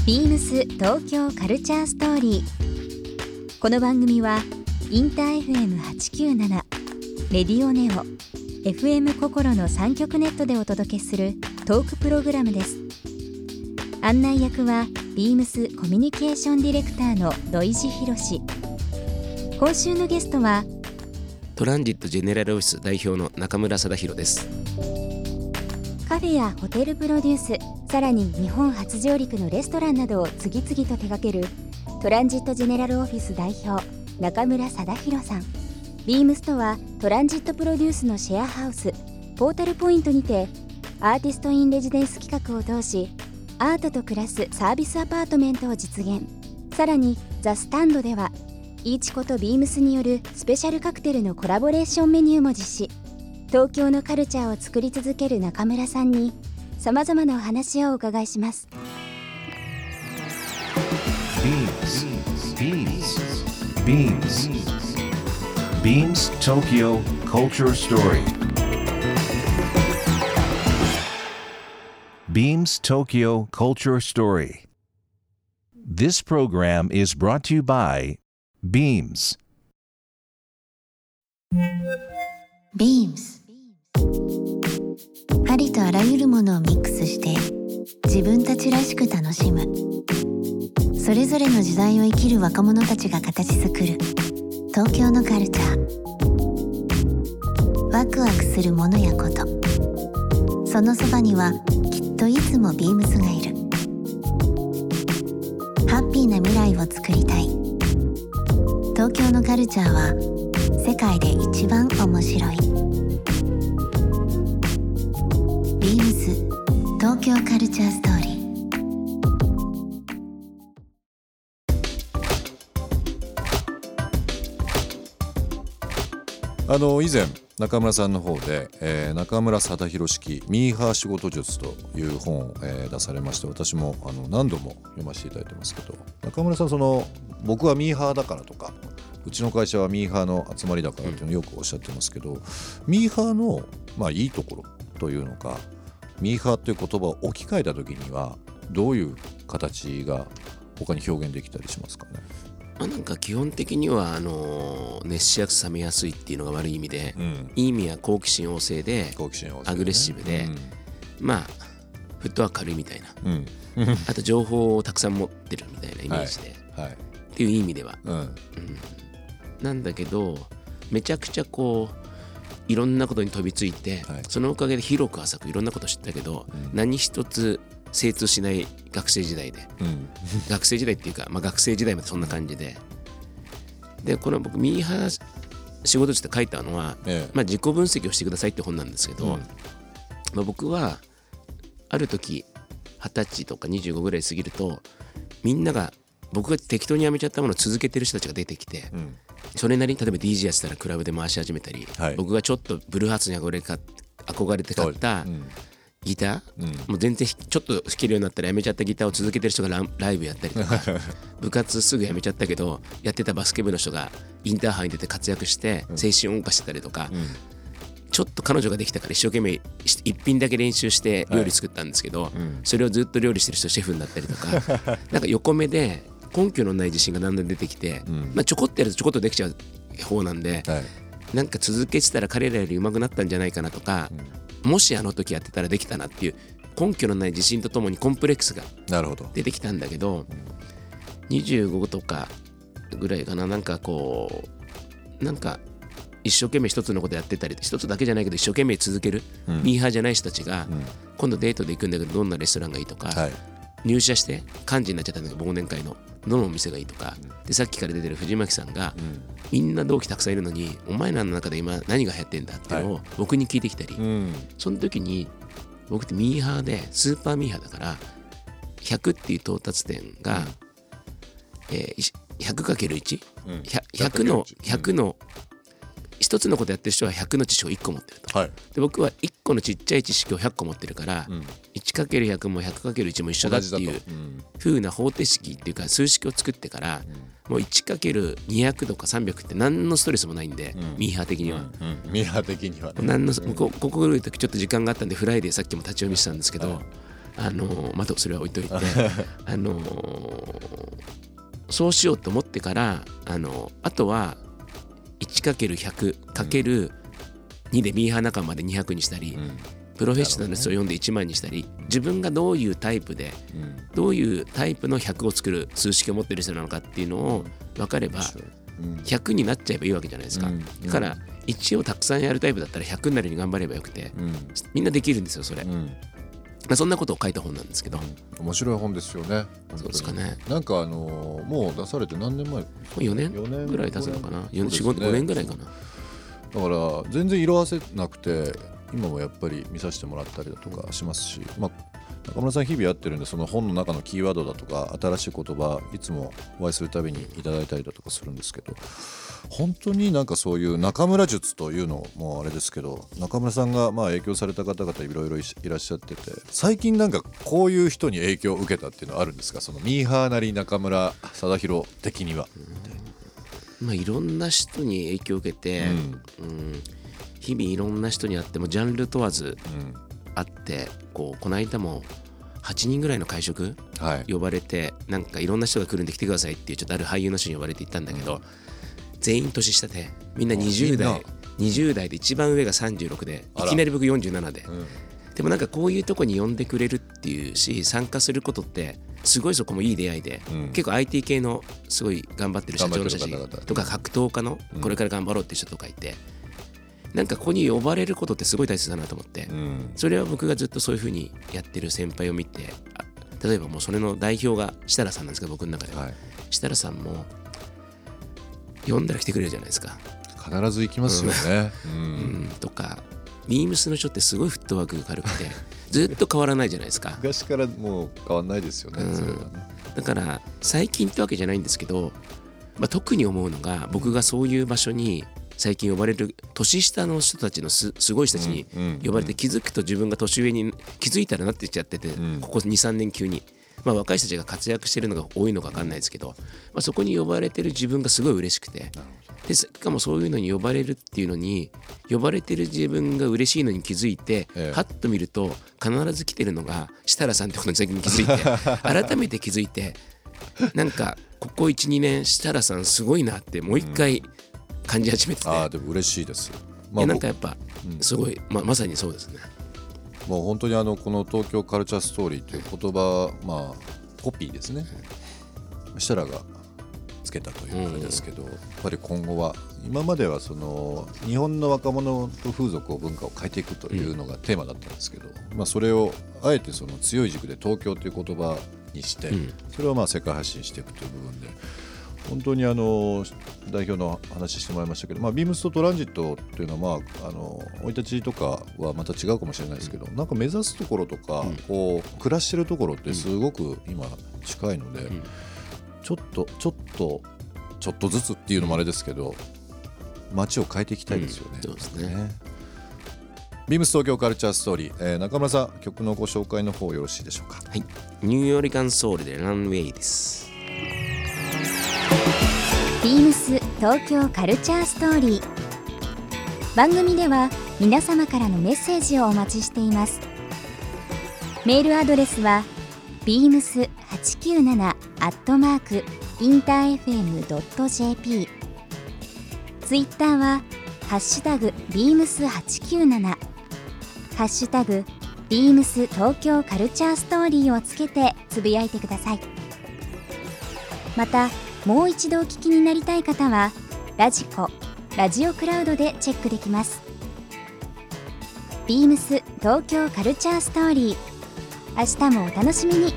ビームス東京カルチャーストーリー。この番組はインター FM897 レディオネオ FM 心の3極ネットでお届けするトークプログラムです。案内役はビームスコミュニケーションディレクターの土井博志。今週のゲストはトランジットジェネラルオフィス代表の中村貞弘です。 カフェやホテルプロデュース、さらに日本初上陸のレストランなどを次々と手掛けるトランジットジェネラルオフィス代表中村貞弘さん。ビームスとはトランジットプロデュースのシェアハウスポータルポイントにてアーティストインレジデンス企画を通し、アートと暮らすサービスアパートメントを実現。さらにザ・スタンドではイーチコとビームスによるスペシャルカクテルのコラボレーションメニューも実施。東京のカルチャーを作り続ける中村さんにさまざまなお話をお伺いします。 Beams Tokyo Culture Story. Beams Tokyo Culture Story. This program is brought to you by Beams. Beams ありとあらゆるものをミックスして自分たちらしく楽しむ。それぞれの時代を生きる若者たちが形作る東京のカルチャー。ワクワクするものやこと、そのそばにはきっといつもビームスがいる。ハッピーな未来を作りたい。東京のカルチャーは世界で一番面白い。ビームス東京カルチャーストーリー。 以前中村さんの方で、中村貞弘式ミーハー仕事術という本を、出されまして、私も何度も読ませていただいてますけど、中村さん僕はミーハーだからとか、うちの会社はミーハーの集まりだからっていうのをよくおっしゃってますけど、ミーハーの、いいところというのか、ミーハーという言葉を置き換えた時にはどういう形が他に表現できたりしますかね。 なんか基本的には熱しやす冷めやすいっていうのが悪い意味で、いい意味は好奇心旺盛でアグレッシブで、フットワーク軽いみたいな、あと情報をたくさん持ってるみたいなイメージで、っていう意味では、なんだけどめちゃくちゃいろんなことに飛びついて、そのおかげで広く浅くいろんなこと知ったけど、何一つ精通しない学生時代で、学生時代っていうか、学生時代もそんな感じで、この僕ミーハー仕事術って書いたのは、自己分析をしてくださいって本なんですけど、僕はある時20歳とか25ぐらい過ぎると、みんなが僕が適当にやめちゃったものを続けてる人たちが出てきて、それなりに例えば DJ やってたらクラブで回し始めたり、僕がちょっとブルーハーツに憧れて買ったギター、もう全然ちょっと弾けるようになったらやめちゃったギターを続けてる人がライブやったりとか部活すぐやめちゃったけどやってたバスケ部の人がインターハイに出て活躍して青春音歌してたりとか、ちょっと彼女ができたから一生懸命一品だけ練習して料理作ったんですけど、それをずっと料理してる人シェフになったりとかなんか横目で根拠のない自信がだんだん出てきて、ちょこっとやるとちょこっとできちゃう方なんで、なんか続けてたら彼らより上手くなったんじゃないかなとか、もしあの時やってたらできたなっていう根拠のない自信とともにコンプレックスが出てきたんだけど、25とかぐらいかな、なんか一生懸命一つのことやってたり、一つだけじゃないけど一生懸命続ける、ミーハーじゃない人たちが、今度デートで行くんだけどどんなレストランがいいとか、入社して幹事になっちゃったんだけど忘年会のどのお店がいいとかで、さっきから出てる藤巻さんが、みんな同期たくさんいるのにお前らの中で今何が流行ってんだっていうのを僕に聞いてきたり、その時に僕ってミーハーでスーパーミーハーだから、100っていう到達点が、100×1、100の一つのことやってる人は100の知識を1個持ってると、で僕は1個のちっちゃい知識を100個持ってるから、1×100 も 100×1 も一緒だっていう風な方程式っていうか数式を作ってから、もう 1×200 とか300って何のストレスもないんで、ミーハー的には、 ミーハー的にはね、 何のここ来る時ちょっと時間があったんでフライデーさっきも立ち読みしたんですけど、 またそれは置いといてそうしようと思ってからあとは 1×100×2 でミーハー仲間で200にしたり、プロフェッショナルの人を読んで1万にしたり、自分がどういうタイプで、どういうタイプの100を作る数式を持ってる人なのかっていうのを分かれば100になっちゃえばいいわけじゃないですか。だから1をたくさんやるタイプだったら100になるように頑張ればよくて、みんなできるんですよそれ。そんなことを書いた本なんですけど、 面白い本ですよね。 そうですかね。 なんかもう出されて何年前 ？4年ぐらい経つのかな。5年ぐらいかな。 だから全然色あせなくて今もやっぱり見させてもらったりだとかしますし、中村さん日々やってるんで、その本の中のキーワードだとか新しい言葉いつもお会いするたびにいただいたりだとかするんですけど、本当になんかそういう中村術というのもあれですけど、中村さんが影響された方々いろいろいらっしゃってて、最近なんかこういう人に影響を受けたっていうのはあるんですか？そのミーハーなり中村貞弘的には。 いろんな人に影響を受けて、日々いろんな人に会ってもジャンル問わず会って、この間も8人ぐらいの会食呼ばれて、なんかいろんな人が来るんで来てくださいっていうちょっとある俳優の人に呼ばれて行ったんだけど、全員年下でみんな20代で一番上が36で、いきなり僕47で、でもなんかこういうとこに呼んでくれるっていうし、参加することってすごいそこもいい出会いで、結構 IT 系のすごい頑張ってる社長の人たちとか格闘家のこれから頑張ろうっていう人とかいて、なんかここに呼ばれることってすごい大切だなと思って、それは僕がずっとそういう風にやってる先輩を見て、例えばもうそれの代表が設楽さんなんですけど、僕の中では、設楽さんも呼んだら来てくれるじゃないですか。 必ず行きますよね。 とかビームスの人ってすごいフットワークが軽くてずっと変わらないじゃないですか。 昔からもう変わらないですよね、それはね。 だから最近ってわけじゃないんですけど、特に思うのが、僕がそういう場所に最近呼ばれる年下の人たちのすごい人たちに呼ばれて、気づくと自分が年上に気づいたらなってきちゃってて、ここ 2,3 年急に、若い人たちが活躍してるのが多いのか分かんないですけど、そこに呼ばれてる自分がすごい嬉しくて、でしかもそういうのに呼ばれるっていうのに、呼ばれてる自分が嬉しいのに気づいて、はっと見ると必ず来てるのが設楽さんってことに最近気づいて改めて気づいて、なんかここ 1,2 年設楽さんすごいなってもう一回感じ始めてて、 でも嬉しいです。 なんかやっぱすごい、まさにそうですね。 もう本当にこの東京カルチャーストーリーという言葉、コピーですね、設楽がつけたというあれですけど、やっぱり今後は今まではその日本の若者と風俗を文化を変えていくというのがテーマだったんですけど、それをあえてその強い軸で東京という言葉にして、それを世界発信していくという部分で、本当に代表の話してもらいましたけど、ビームスとトランジットというのは生い立ちとかはまた違うかもしれないですけど、なんか目指すところとか、こう暮らしてるところってすごく今近いので、ちょっとずつっていうのもあれですけど、街を変えていきたいですよね。 そうですね。 ビームス東京カルチャーストーリー、中村さん、曲のご紹介の方よろしいでしょうか。 はい、ニューヨリカンソウルでランウェイです。 ビームス東京カルチャーストーリー。番組では皆様からのメッセージをお待ちしています。メールアドレスは beams897@interfm.jp、 ツイッターはハッシュタグ beams897、 ハッシュタグ beams 東京カルチャーストーリーをつけてつぶやいてください。またもう一度お聞きになりたい方はラジコ、ラジオクラウドでチェックできます。ビームス東京カルチャーストーリー、明日もお楽しみに。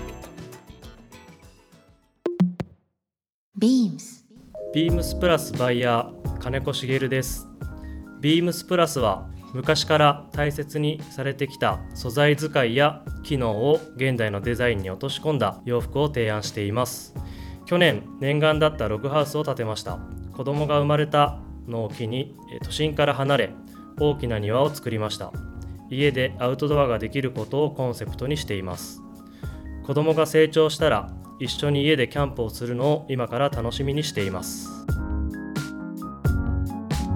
ビームスプラスバイヤー金子茂です。ビームスプラスは昔から大切にされてきた素材使いや機能を現代のデザインに落とし込んだ洋服を提案しています。去年念願だったログハウスを建てました。子供が生まれたのを機に都心から離れ大きな庭を作りました。家でアウトドアができることをコンセプトにしています。子供が成長したら一緒に家でキャンプをするのを今から楽しみにしています。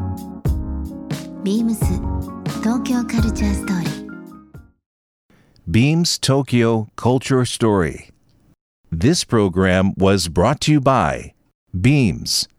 ビームス東京カルチャーストーリー。 Beams Tokyo Culture Story. This program was brought to you by Beams.